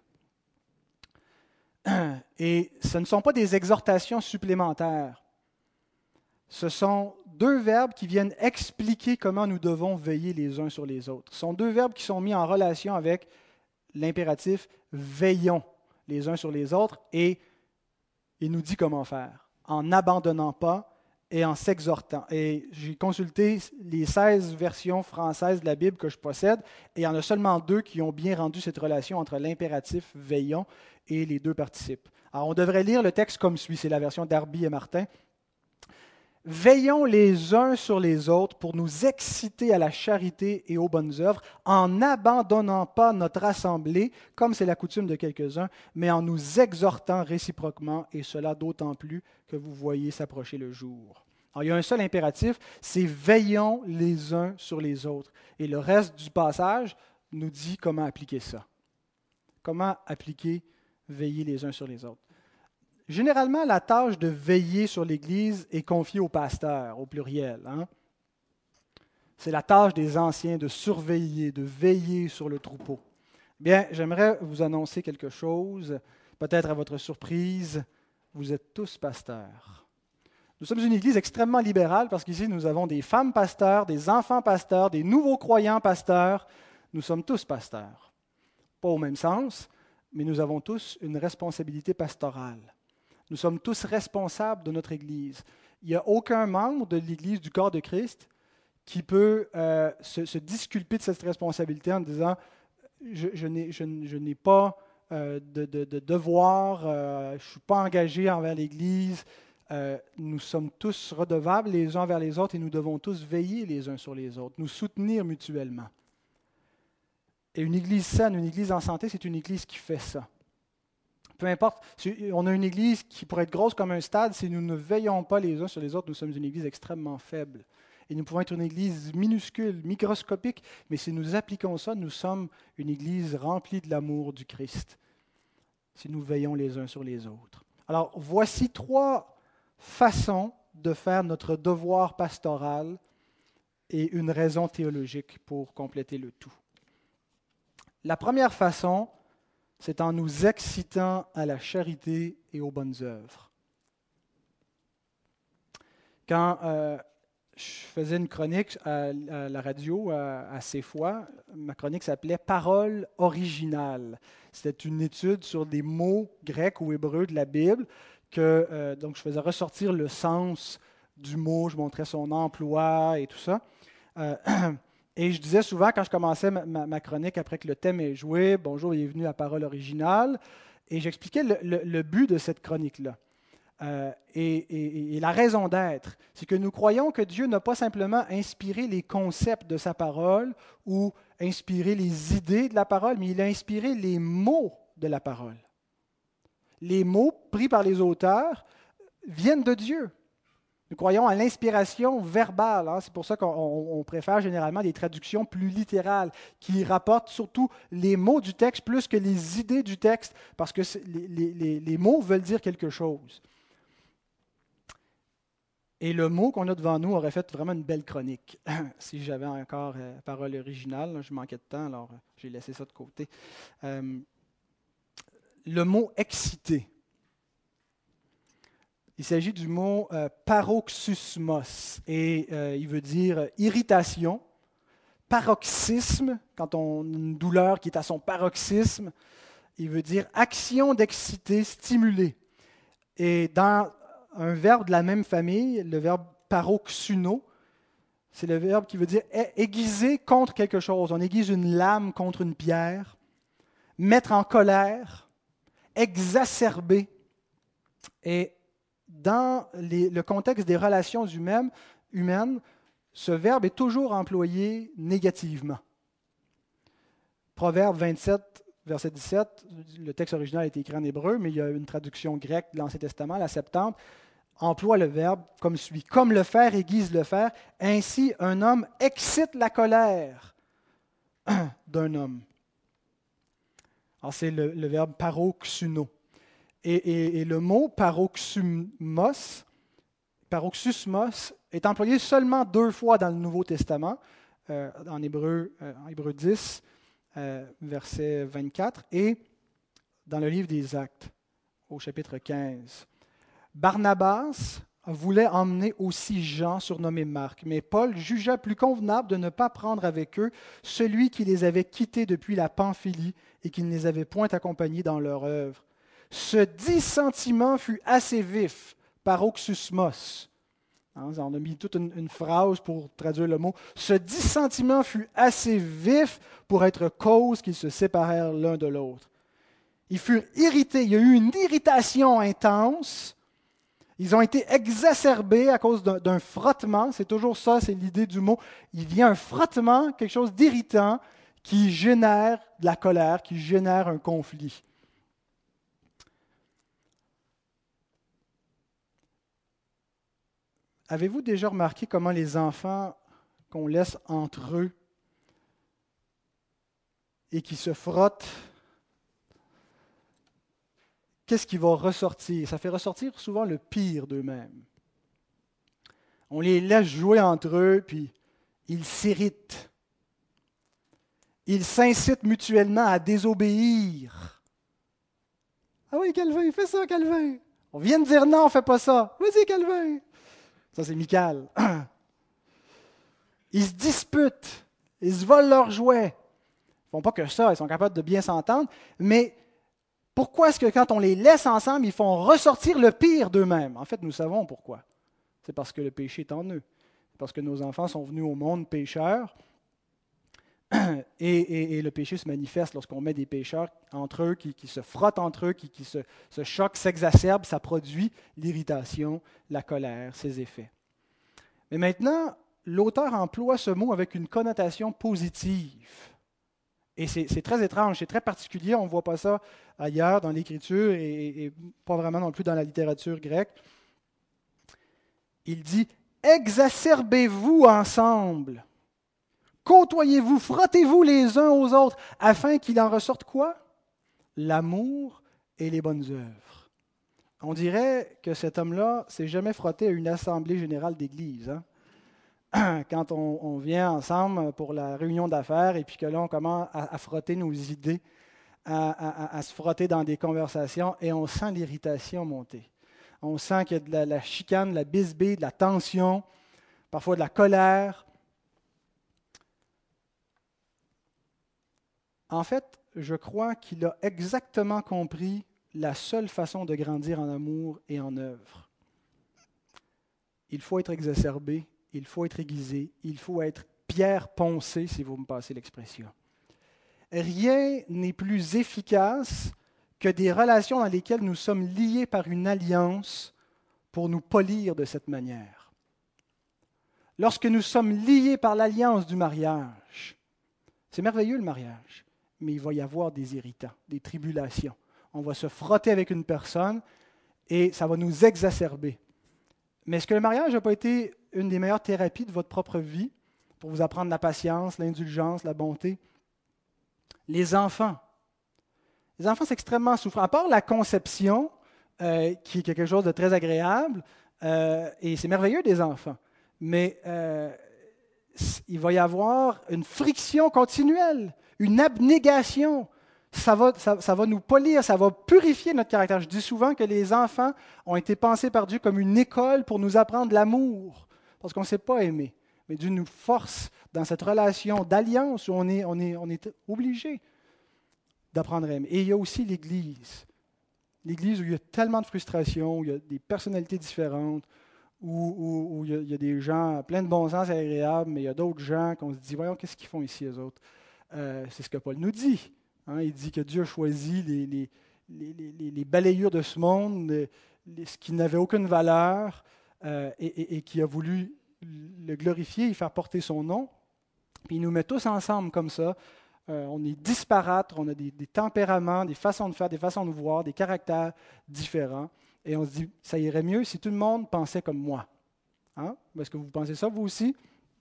Et ce ne sont pas des exhortations supplémentaires. Ce sont 2 verbes qui viennent expliquer comment nous devons veiller les uns sur les autres. Ce sont 2 verbes qui sont mis en relation avec l'impératif « veillons les uns sur les autres » et il nous dit comment faire, en n'abandonnant pas et en s'exhortant. Et j'ai consulté les 16 versions françaises de la Bible que je possède et il y en a seulement 2 qui ont bien rendu cette relation entre l'impératif « veillons » et les 2 participes. Alors on devrait lire le texte comme suit, c'est la version d'Arby et Martin. Veillons les uns sur les autres pour nous exciter à la charité et aux bonnes œuvres, en n'abandonnant pas notre assemblée, comme c'est la coutume de quelques-uns, mais en nous exhortant réciproquement, et cela d'autant plus que vous voyez s'approcher le jour. Alors, il y a un seul impératif, c'est veillons les uns sur les autres. Et le reste du passage nous dit comment appliquer ça. Comment appliquer veiller les uns sur les autres. Généralement, la tâche de veiller sur l'Église est confiée aux pasteurs, au pluriel. C'est la tâche des anciens de surveiller, de veiller sur le troupeau. Bien, j'aimerais vous annoncer quelque chose, peut-être à votre surprise. Vous êtes tous pasteurs. Nous sommes une Église extrêmement libérale parce qu'ici, nous avons des femmes pasteurs, des enfants pasteurs, des nouveaux croyants pasteurs. Nous sommes tous pasteurs. Pas au même sens, mais nous avons tous une responsabilité pastorale. Nous sommes tous responsables de notre Église. Il n'y a aucun membre de l'Église du corps de Christ qui peut se disculper de cette responsabilité en disant je n'ai pas de devoir, je ne suis pas engagé envers l'Église. Nous sommes tous redevables les uns envers les autres et nous devons tous veiller les uns sur les autres, nous soutenir mutuellement. Et une Église saine, une Église en santé, c'est une Église qui fait ça. Peu importe, on a une Église qui pourrait être grosse comme un stade, si nous ne veillons pas les uns sur les autres, nous sommes une Église extrêmement faible. Et nous pouvons être une Église minuscule, microscopique, mais si nous appliquons ça, nous sommes une Église remplie de l'amour du Christ, si nous veillons les uns sur les autres. Alors, voici 3 façons de faire notre devoir pastoral et une raison théologique pour compléter le tout. La première façon, c'est en nous excitant à la charité et aux bonnes œuvres. Quand je faisais une chronique à la radio à CFOI, ma chronique s'appelait « Parole originale ». C'était une étude sur des mots grecs ou hébreux de la Bible, donc je faisais ressortir le sens du mot, je montrais son emploi et tout ça. Et je disais souvent, quand je commençais ma chronique, après que le thème est joué, « Bonjour, bienvenue à Parole originale », et j'expliquais le but de cette chronique-là. Et la raison d'être, c'est que nous croyons que Dieu n'a pas simplement inspiré les concepts de sa parole ou inspiré les idées de la parole, mais il a inspiré les mots de la parole. Les mots pris par les auteurs viennent de Dieu. Nous croyons à l'inspiration verbale. C'est pour ça qu'on préfère généralement des traductions plus littérales, qui rapportent surtout les mots du texte plus que les idées du texte, parce que les mots veulent dire quelque chose. Et le mot qu'on a devant nous aurait fait vraiment une belle chronique. Si j'avais encore parole originale, là, je manquais de temps, alors j'ai laissé ça de côté. Le mot « excité ». Il s'agit du mot paroxysmos, et il veut dire irritation, paroxysme, quand on a une douleur qui est à son paroxysme, il veut dire action d'exciter, stimuler. Et dans un verbe de la même famille, le verbe paroxuno, c'est le verbe qui veut dire aiguiser contre quelque chose. On aiguise une lame contre une pierre, mettre en colère, exacerber. Et dans le contexte des relations humaines, ce verbe est toujours employé négativement. Proverbe 27, verset 17, le texte original a été écrit en hébreu, mais il y a une traduction grecque de l'Ancien Testament, la Septante, emploie le verbe comme suit. Comme le fer aiguise le fer, ainsi un homme excite la colère d'un homme. Alors c'est le verbe paroxuno. Et le mot paroxysmos est employé seulement 2 fois dans le Nouveau Testament, en Hébreu 10, verset 24, et dans le livre des Actes, au chapitre 15. Barnabas voulait emmener aussi Jean, surnommé Marc, mais Paul jugea plus convenable de ne pas prendre avec eux celui qui les avait quittés depuis la Pamphylie et qui ne les avait point accompagnés dans leur œuvre. Ce dissentiment fut assez vif, paroxysmos. On a mis toute une phrase pour traduire le mot. Ce dissentiment fut assez vif pour être cause qu'ils se séparèrent l'un de l'autre. Ils furent irrités, il y a eu une irritation intense. Ils ont été exacerbés à cause d'un frottement. C'est toujours ça, c'est l'idée du mot. Il y a un frottement, quelque chose d'irritant qui génère de la colère, qui génère un conflit. Avez-vous déjà remarqué comment les enfants qu'on laisse entre eux et qui se frottent, qu'est-ce qui va ressortir? Ça fait ressortir souvent le pire d'eux-mêmes. On les laisse jouer entre eux, puis ils s'irritent. Ils s'incitent mutuellement à désobéir. Ah oui, Calvin, fais ça, Calvin. On vient de dire non, fais pas ça. Vas-y, Calvin. Ça, c'est Michal. Ils se disputent. Ils se volent leurs jouets. Ils ne font pas que ça, ils sont capables de bien s'entendre. Mais pourquoi est-ce que quand on les laisse ensemble, ils font ressortir le pire d'eux-mêmes? En fait, nous savons pourquoi. C'est parce que le péché est en eux. parce que nos enfants sont venus au monde pécheurs. Et le péché se manifeste lorsqu'on met des pécheurs entre eux, qui se frottent entre eux, qui se choquent, s'exacerbent, ça produit l'irritation, la colère, ses effets. Mais maintenant, l'auteur emploie ce mot avec une connotation positive. Et c'est très étrange, c'est très particulier, on ne voit pas ça ailleurs dans l'Écriture et pas vraiment non plus dans la littérature grecque. Il dit « Exacerbez-vous ensemble ». Côtoyez-vous, frottez-vous les uns aux autres, afin qu'il en ressorte quoi? L'amour et les bonnes œuvres. On dirait que cet homme-là ne s'est jamais frotté à une assemblée générale d'Église. Quand on vient ensemble pour la réunion d'affaires et puis que là, on commence à frotter nos idées, à se frotter dans des conversations et on sent l'irritation monter. On sent qu'il y a de la chicane, de la bisbille, de la tension, parfois de la colère. En fait, je crois qu'il a exactement compris la seule façon de grandir en amour et en œuvre. Il faut être exacerbé, il faut être aiguisé, il faut être pierre poncée, si vous me passez l'expression. Rien n'est plus efficace que des relations dans lesquelles nous sommes liés par une alliance pour nous polir de cette manière. Lorsque nous sommes liés par l'alliance du mariage, c'est merveilleux le mariage, mais il va y avoir des irritants, des tribulations. On va se frotter avec une personne et ça va nous exacerber. Mais est-ce que le mariage n'a pas été une des meilleures thérapies de votre propre vie pour vous apprendre la patience, l'indulgence, la bonté? Les enfants. Les enfants, c'est extrêmement souffrant. À part la conception, qui est quelque chose de très agréable, et c'est merveilleux des enfants, mais il va y avoir une friction continuelle, une abnégation. Ça va nous polir, ça va purifier notre caractère. Je dis souvent que les enfants ont été pensés par Dieu comme une école pour nous apprendre l'amour, parce qu'on ne sait pas aimer. Mais Dieu nous force dans cette relation d'alliance où on est obligé d'apprendre à aimer. Et il y a aussi l'Église. L'Église où il y a tellement de frustration, où il y a des personnalités différentes, où il y a des gens pleins de bon sens et agréables, mais il y a d'autres gens qu'on se dit, voyons, qu'est-ce qu'ils font ici, eux autres? C'est ce que Paul nous dit. Il dit que Dieu a choisi les balayures de ce monde, ce qui n'avait aucune valeur, et qui a voulu le glorifier et faire porter son nom. Puis il nous met tous ensemble comme ça. On est disparates, on a des tempéraments, des façons de faire, des façons de voir, des caractères différents. Et on se dit, ça irait mieux si tout le monde pensait comme moi. Est-ce que vous pensez ça, vous aussi?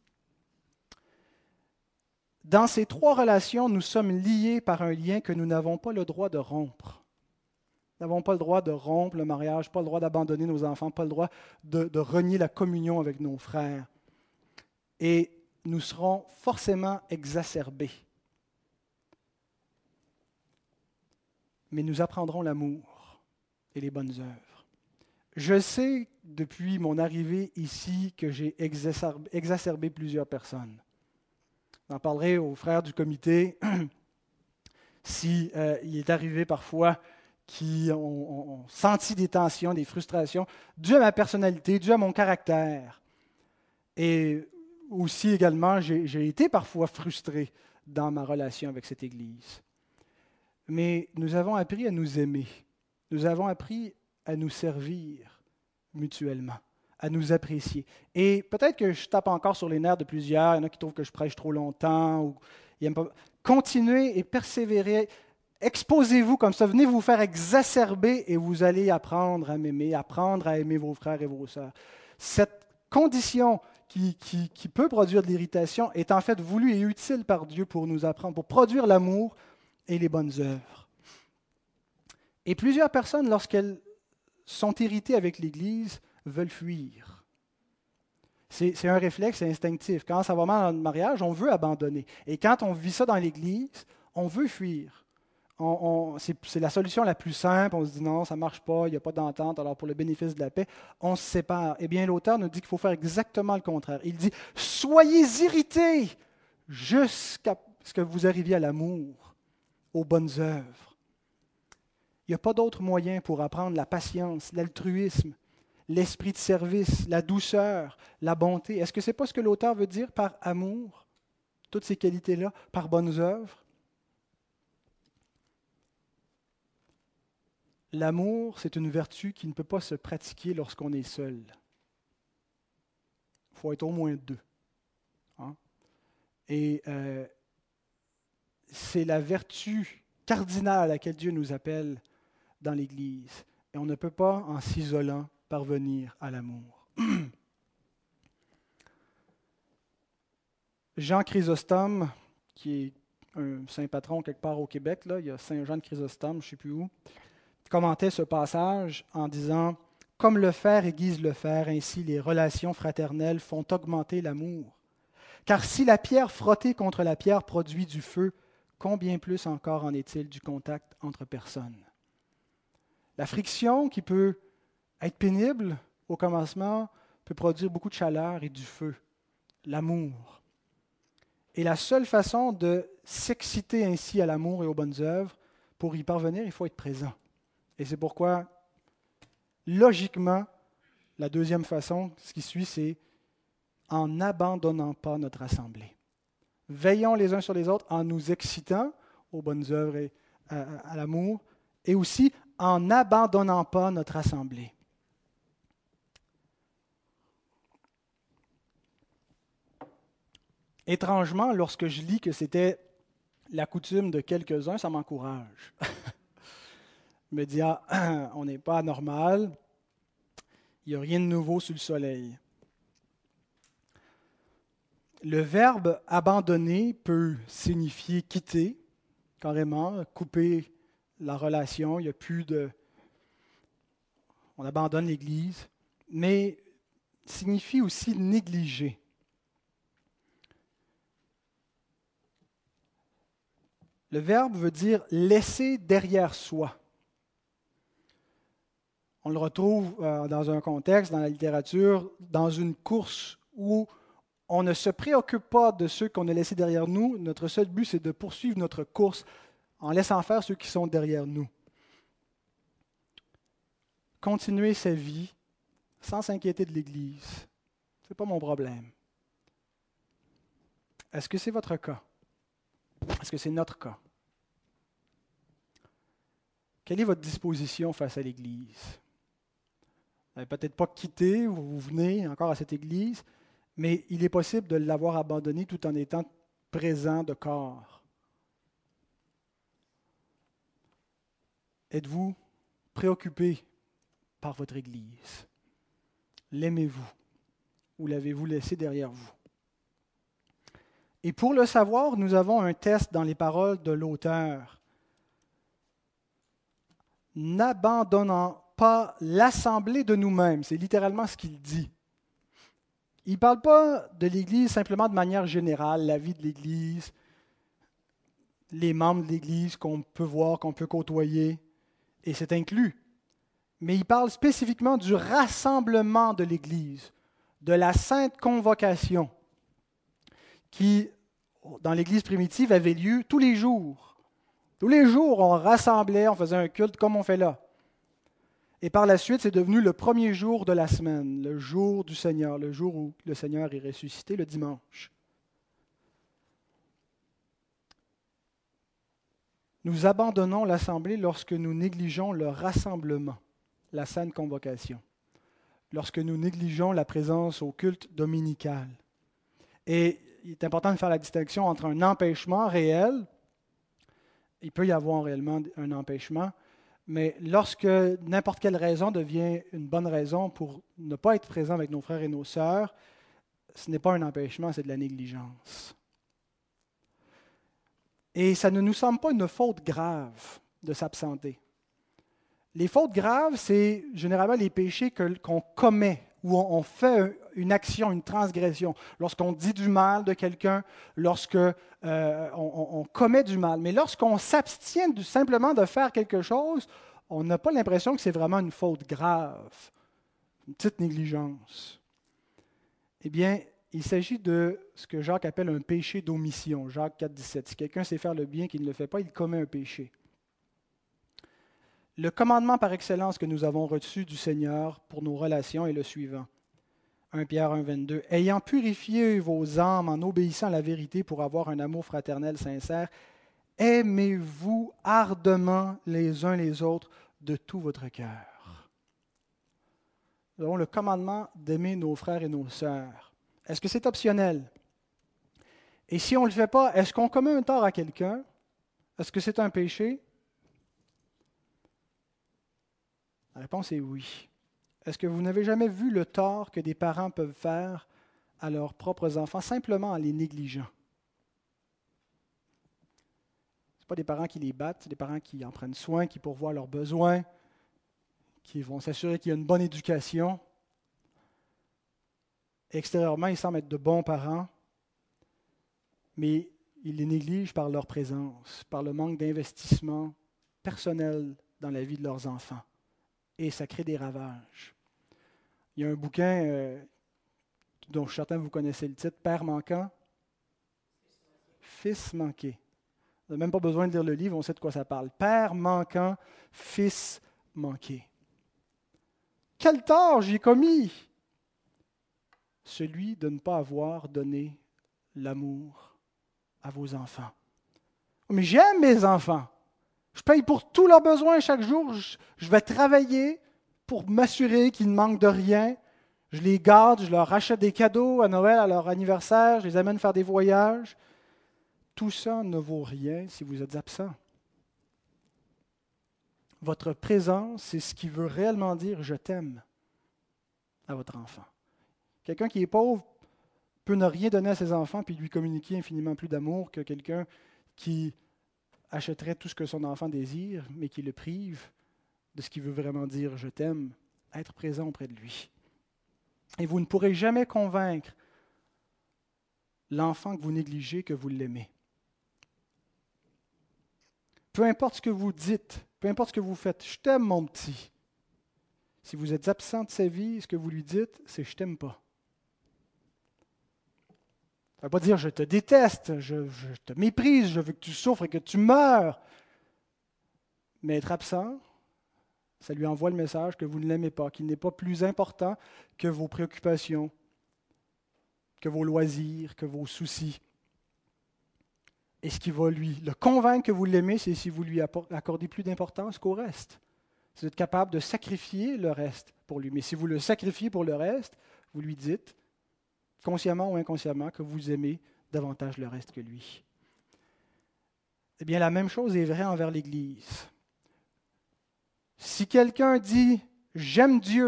Dans ces trois relations, nous sommes liés par un lien que nous n'avons pas le droit de rompre. Nous n'avons pas le droit de rompre le mariage, pas le droit d'abandonner nos enfants, pas le droit de renier la communion avec nos frères. Et nous serons forcément exacerbés. Mais nous apprendrons l'amour et les bonnes œuvres. Je sais, depuis mon arrivée ici, que j'ai exacerbé plusieurs personnes. J'en parlerai aux frères du comité si il est arrivé parfois qui ont senti des tensions, des frustrations, dû à ma personnalité, dû à mon caractère. Et aussi également, j'ai été parfois frustré dans ma relation avec cette Église. Mais nous avons appris à nous aimer. Nous avons appris à nous servir mutuellement, à nous apprécier. Et peut-être que je tape encore sur les nerfs de plusieurs. Il y en a qui trouvent que je prêche trop longtemps. Ou ils n'aiment pas. Continuez et persévérez. Exposez-vous comme ça. Venez vous faire exacerber et vous allez apprendre à m'aimer, apprendre à aimer vos frères et vos sœurs. Cette condition qui peut produire de l'irritation est en fait voulue et utile par Dieu pour nous apprendre, pour produire l'amour et les bonnes œuvres. Et plusieurs personnes, lorsqu'elles sont irritées avec l'Église, veulent fuir. C'est un réflexe instinctif. Quand ça va mal dans le mariage, on veut abandonner. Et quand on vit ça dans l'Église, on veut fuir. C'est la solution la plus simple. On se dit non, ça ne marche pas, il n'y a pas d'entente, alors pour le bénéfice de la paix, on se sépare. Eh bien, l'auteur nous dit qu'il faut faire exactement le contraire. Il dit, soyez irrités jusqu'à ce que vous arriviez à l'amour, aux bonnes œuvres. Il n'y a pas d'autre moyen pour apprendre la patience, l'altruisme, l'esprit de service, la douceur, la bonté. Est-ce que ce n'est pas ce que l'auteur veut dire par amour? Toutes ces qualités-là, par bonnes œuvres? L'amour, c'est une vertu qui ne peut pas se pratiquer lorsqu'on est seul. Il faut être au moins deux. Hein? Et c'est la vertu cardinale à laquelle Dieu nous appelle dans l'Église. Et on ne peut pas, en s'isolant, parvenir à l'amour. Jean Chrysostome, qui est un saint patron quelque part au Québec, là, il y a Saint Jean de Chrysostome, je ne sais plus où, commentait ce passage en disant « Comme le fer aiguise le fer, ainsi les relations fraternelles font augmenter l'amour. Car si la pierre frottée contre la pierre produit du feu, combien plus encore en est-il du contact entre personnes? » La friction qui peut être pénible au commencement peut produire beaucoup de chaleur et du feu, l'amour. Et la seule façon de s'exciter ainsi à l'amour et aux bonnes œuvres, pour y parvenir, il faut être présent. Et c'est pourquoi, logiquement, la deuxième façon, ce qui suit, c'est en n'abandonnant pas notre assemblée. Veillons les uns sur les autres en nous excitant aux bonnes œuvres et à l'amour, et aussi en n'abandonnant pas notre assemblée. Étrangement, lorsque je lis que c'était la coutume de quelques-uns, ça m'encourage. Je me dis, on n'est pas anormal, il n'y a rien de nouveau sous le soleil. Le verbe abandonner peut signifier quitter, carrément, couper la relation, il n'y a plus de... On abandonne l'Église, mais signifie aussi négliger. Le verbe veut dire laisser derrière soi. On le retrouve dans un contexte, dans la littérature, dans une course où on ne se préoccupe pas de ceux qu'on a laissés derrière nous. Notre seul but, c'est de poursuivre notre course en laissant faire ceux qui sont derrière nous. Continuer sa vie sans s'inquiéter de l'Église, ce n'est pas mon problème. Est-ce que c'est votre cas? Est-ce que c'est notre cas? Quelle est votre disposition face à l'Église? Vous n'avez peut-être pas quitté, vous venez encore à cette Église, mais il est possible de l'avoir abandonné tout en étant présent de corps. Êtes-vous préoccupé par votre Église? L'aimez-vous ou l'avez-vous laissé derrière vous? Et pour le savoir, nous avons un test dans les paroles de l'auteur. N'abandonnant pas l'assemblée de nous-mêmes, c'est littéralement ce qu'il dit. Il ne parle pas de l'Église simplement de manière générale, la vie de l'Église, les membres de l'Église qu'on peut voir, qu'on peut côtoyer, et c'est inclus. Mais il parle spécifiquement du rassemblement de l'Église, de la sainte convocation, qui, dans l'Église primitive, avait lieu tous les jours. Tous les jours, on rassemblait, on faisait un culte comme on fait là. Et par la suite, c'est devenu le premier jour de la semaine, le jour du Seigneur, le jour où le Seigneur est ressuscité, le dimanche. Nous abandonnons l'assemblée lorsque nous négligeons le rassemblement, la sainte convocation, lorsque nous négligeons la présence au culte dominical. Et il est important de faire la distinction entre un empêchement réel, il peut y avoir réellement un empêchement, mais lorsque n'importe quelle raison devient une bonne raison pour ne pas être présent avec nos frères et nos sœurs, ce n'est pas un empêchement, c'est de la négligence. Et ça ne nous semble pas une faute grave de s'absenter. Les fautes graves, c'est généralement les péchés qu'on commet, où on fait une action, une transgression. Lorsqu'on dit du mal de quelqu'un, lorsqu'on on commet du mal. Mais lorsqu'on s'abstient simplement de faire quelque chose, on n'a pas l'impression que c'est vraiment une faute grave, une petite négligence. Eh bien, il s'agit de ce que Jacques appelle un péché d'omission, Jacques 4,17. Si quelqu'un sait faire le bien qu'il ne le fait pas, il commet un péché. Le commandement par excellence que nous avons reçu du Seigneur pour nos relations est le suivant. 1 Pierre 1, 22. Ayant purifié vos âmes en obéissant à la vérité pour avoir un amour fraternel sincère, aimez-vous ardemment les uns les autres de tout votre cœur. Nous avons le commandement d'aimer nos frères et nos sœurs. Est-ce que c'est optionnel? Et si on ne le fait pas, est-ce qu'on commet un tort à quelqu'un? Est-ce que c'est un péché? La réponse est oui. Est-ce que vous n'avez jamais vu le tort que des parents peuvent faire à leurs propres enfants simplement en les négligeant? Ce ne sont pas des parents qui les battent, c'est des parents qui en prennent soin, qui pourvoient leurs besoins, qui vont s'assurer qu'il y a une bonne éducation. Extérieurement, ils semblent être de bons parents, mais ils les négligent par leur présence, par le manque d'investissement personnel dans la vie de leurs enfants. Et ça crée des ravages. Il y a un bouquin dont certains vous connaissez le titre, Père manquant, Fils manqué. On n'a même pas besoin de lire le livre, on sait de quoi ça parle. Père manquant, Fils manqué. Quel tort j'ai commis? Celui de ne pas avoir donné l'amour à vos enfants. Mais j'aime mes enfants. Je paye pour tous leurs besoins chaque jour. Je vais travailler pour m'assurer qu'ils ne manquent de rien. Je les garde, je leur rachète des cadeaux à Noël, à leur anniversaire, je les amène faire des voyages. Tout ça ne vaut rien si vous êtes absent. Votre présence, c'est ce qui veut réellement dire « je t'aime » à votre enfant. Quelqu'un qui est pauvre peut ne rien donner à ses enfants puis lui communiquer infiniment plus d'amour que quelqu'un qui achèterait tout ce que son enfant désire, mais qui le prive de ce qui veut vraiment dire « je t'aime », être présent auprès de lui. Et vous ne pourrez jamais convaincre l'enfant que vous négligez que vous l'aimez. Peu importe ce que vous dites, peu importe ce que vous faites, je t'aime mon petit. Si vous êtes absent de sa vie, ce que vous lui dites, c'est je t'aime pas. Ça ne veut pas dire je te déteste, je te méprise, je veux que tu souffres et que tu meurs. Mais être absent, ça lui envoie le message que vous ne l'aimez pas, qu'il n'est pas plus important que vos préoccupations, que vos loisirs, que vos soucis. Et ce qui va le convaincre que vous l'aimez, c'est si vous lui accordez plus d'importance qu'au reste. Si vous êtes capable de sacrifier le reste pour lui. Mais si vous le sacrifiez pour le reste, vous lui dites, consciemment ou inconsciemment, que vous aimez davantage le reste que lui. Eh bien, la même chose est vraie envers l'Église. Si quelqu'un dit « j'aime Dieu »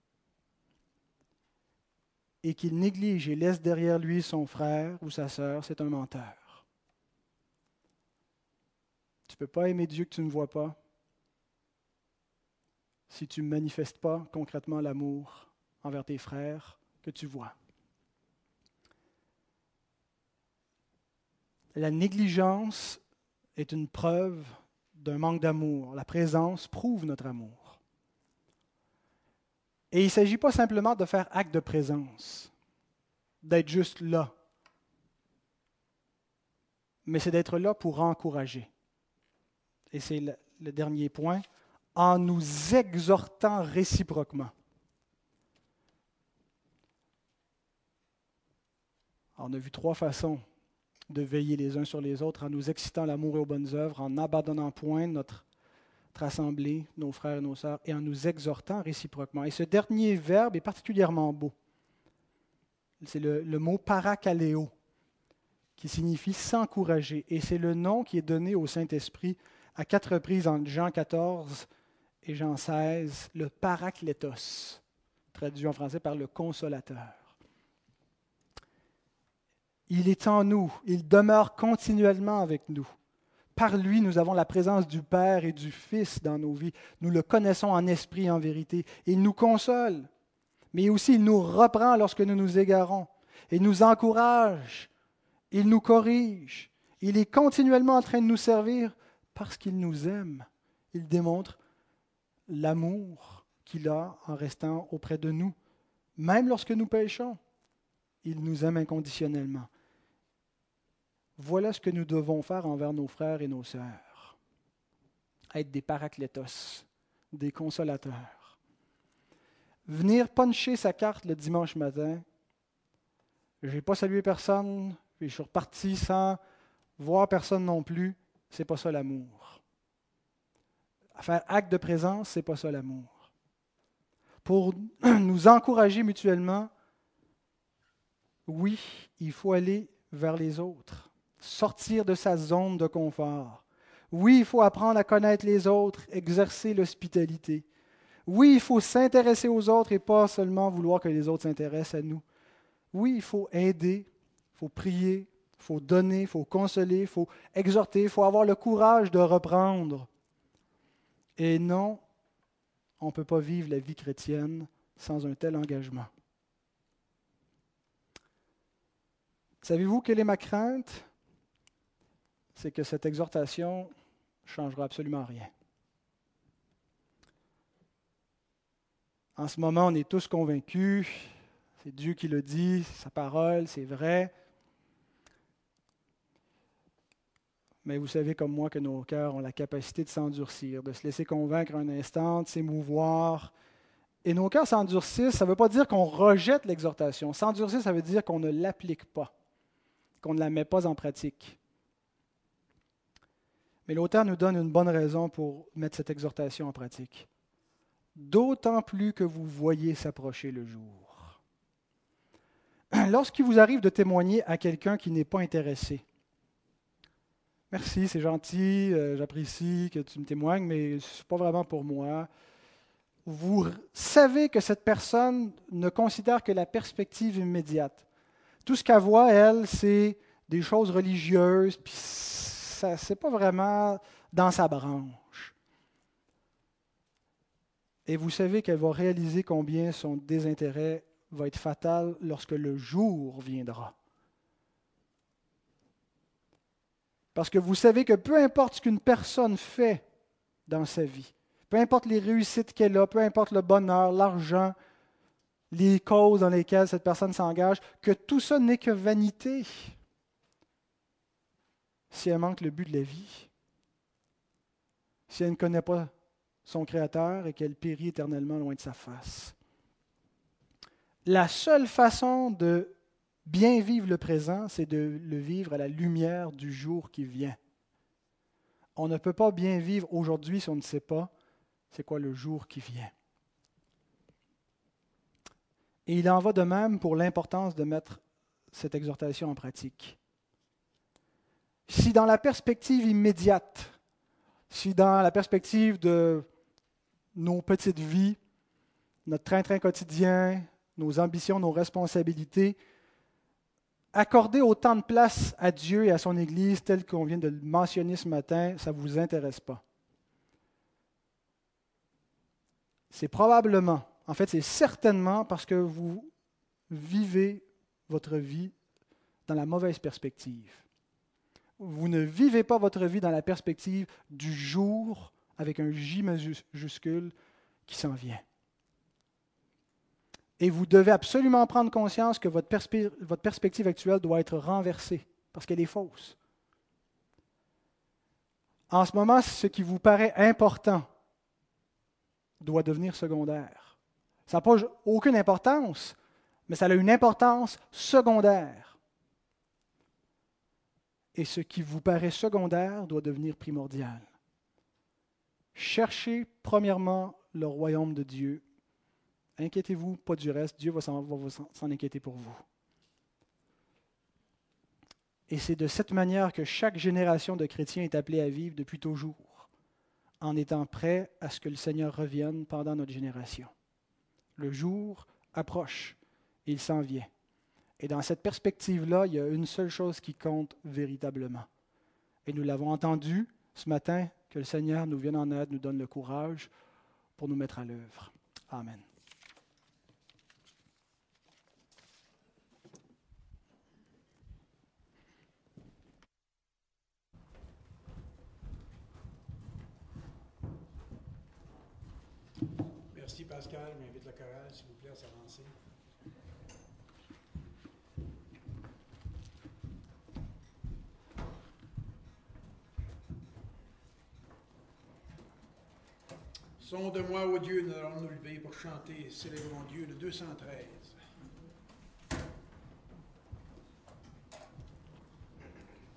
et qu'il néglige et laisse derrière lui son frère ou sa sœur, c'est un menteur. Tu ne peux pas aimer Dieu que tu ne vois pas si tu ne manifestes pas concrètement l'amour envers tes frères que tu vois. La négligence est une preuve d'un manque d'amour. La présence prouve notre amour. Et il ne s'agit pas simplement de faire acte de présence, d'être juste là, mais c'est d'être là pour encourager. Et c'est le dernier point, en nous exhortant réciproquement. Alors, on a vu 3 façons de veiller les uns sur les autres, en nous excitant à l'amour et aux bonnes œuvres, en n'abandonnant point notre assemblée, nos frères et nos sœurs, et en nous exhortant réciproquement. Et ce dernier verbe est particulièrement beau. C'est le mot parakaleo, qui signifie s'encourager. Et c'est le nom qui est donné au Saint-Esprit à 4 reprises entre Jean 14 et Jean 16, le paraklétos, traduit en français par le consolateur. Il est en nous, il demeure continuellement avec nous. Par lui, nous avons la présence du Père et du Fils dans nos vies. Nous le connaissons en esprit et en vérité. Il nous console, mais aussi il nous reprend lorsque nous nous égarons. Il nous encourage, il nous corrige. Il est continuellement en train de nous servir parce qu'il nous aime. Il démontre l'amour qu'il a en restant auprès de nous. Même lorsque nous péchons, il nous aime inconditionnellement. Voilà ce que nous devons faire envers nos frères et nos sœurs. être des paraclétos, des consolateurs. Venir puncher sa carte le dimanche matin, je n'ai pas salué personne, puis je suis reparti sans voir personne non plus, c'est pas ça l'amour. Faire acte de présence, c'est pas ça l'amour. Pour nous encourager mutuellement, oui, il faut aller vers les autres, sortir de sa zone de confort. Oui, il faut apprendre à connaître les autres, exercer l'hospitalité. Oui, il faut s'intéresser aux autres et pas seulement vouloir que les autres s'intéressent à nous. Oui, il faut aider, il faut prier, il faut donner, il faut consoler, il faut exhorter, il faut avoir le courage de reprendre. Et non, on ne peut pas vivre la vie chrétienne sans un tel engagement. Savez-vous quelle est ma crainte? C'est que cette exhortation ne changera absolument rien. En ce moment, on est tous convaincus, c'est Dieu qui le dit, sa parole, c'est vrai. Mais vous savez comme moi que nos cœurs ont la capacité de s'endurcir, de se laisser convaincre un instant, de s'émouvoir. Et nos cœurs s'endurcissent, ça ne veut pas dire qu'on rejette l'exhortation. S'endurcir, ça veut dire qu'on ne l'applique pas, qu'on ne la met pas en pratique. Mais l'auteur nous donne une bonne raison pour mettre cette exhortation en pratique. D'autant plus que vous voyez s'approcher le jour. Lorsqu'il vous arrive de témoigner à quelqu'un qui n'est pas intéressé, merci, c'est gentil, j'apprécie que tu me témoignes, mais ce n'est pas vraiment pour moi. Vous savez que cette personne ne considère que la perspective immédiate. Tout ce qu'elle voit, elle, c'est des choses religieuses, puis ce n'est pas vraiment dans sa branche. Et vous savez qu'elle va réaliser combien son désintérêt va être fatal lorsque le jour viendra. Parce que vous savez que peu importe ce qu'une personne fait dans sa vie, peu importe les réussites qu'elle a, peu importe le bonheur, l'argent, les causes dans lesquelles cette personne s'engage, que tout ça n'est que vanité si elle manque le but de la vie, si elle ne connaît pas son Créateur et qu'elle périt éternellement loin de sa face. La seule façon de bien vivre le présent, c'est de le vivre à la lumière du jour qui vient. On ne peut pas bien vivre aujourd'hui si on ne sait pas c'est quoi le jour qui vient. Et il en va de même pour l'importance de mettre cette exhortation en pratique. Si dans la perspective immédiate, si dans la perspective de nos petites vies, notre train-train quotidien, nos ambitions, nos responsabilités, accorder autant de place à Dieu et à son Église, tel qu'on vient de le mentionner ce matin, ça ne vous intéresse pas. C'est probablement, en fait c'est certainement parce que vous vivez votre vie dans la mauvaise perspective. Vous ne vivez pas votre vie dans la perspective du jour avec un J majuscule qui s'en vient. Et vous devez absolument prendre conscience que votre perspective actuelle doit être renversée parce qu'elle est fausse. En ce moment, ce qui vous paraît important doit devenir secondaire. Ça n'a pas aucune importance, mais ça a une importance secondaire. Et ce qui vous paraît secondaire doit devenir primordial. Cherchez premièrement le royaume de Dieu. Inquiétez-vous pas du reste, Dieu va s'en inquiéter pour vous. Et c'est de cette manière que chaque génération de chrétiens est appelée à vivre depuis toujours, en étant prêt à ce que le Seigneur revienne pendant notre génération. Le jour approche, il s'en vient. Et dans cette perspective-là, il y a une seule chose qui compte véritablement. Et nous l'avons entendu ce matin, que le Seigneur nous vienne en aide, nous donne le courage pour nous mettre à l'œuvre. Amen. Merci Pascal, j'invite le chorale, s'il vous plaît, à s'avancer. Sonde-moi, ô Dieu, nous allons nous lever pour chanter Célébrons Dieu, le 213.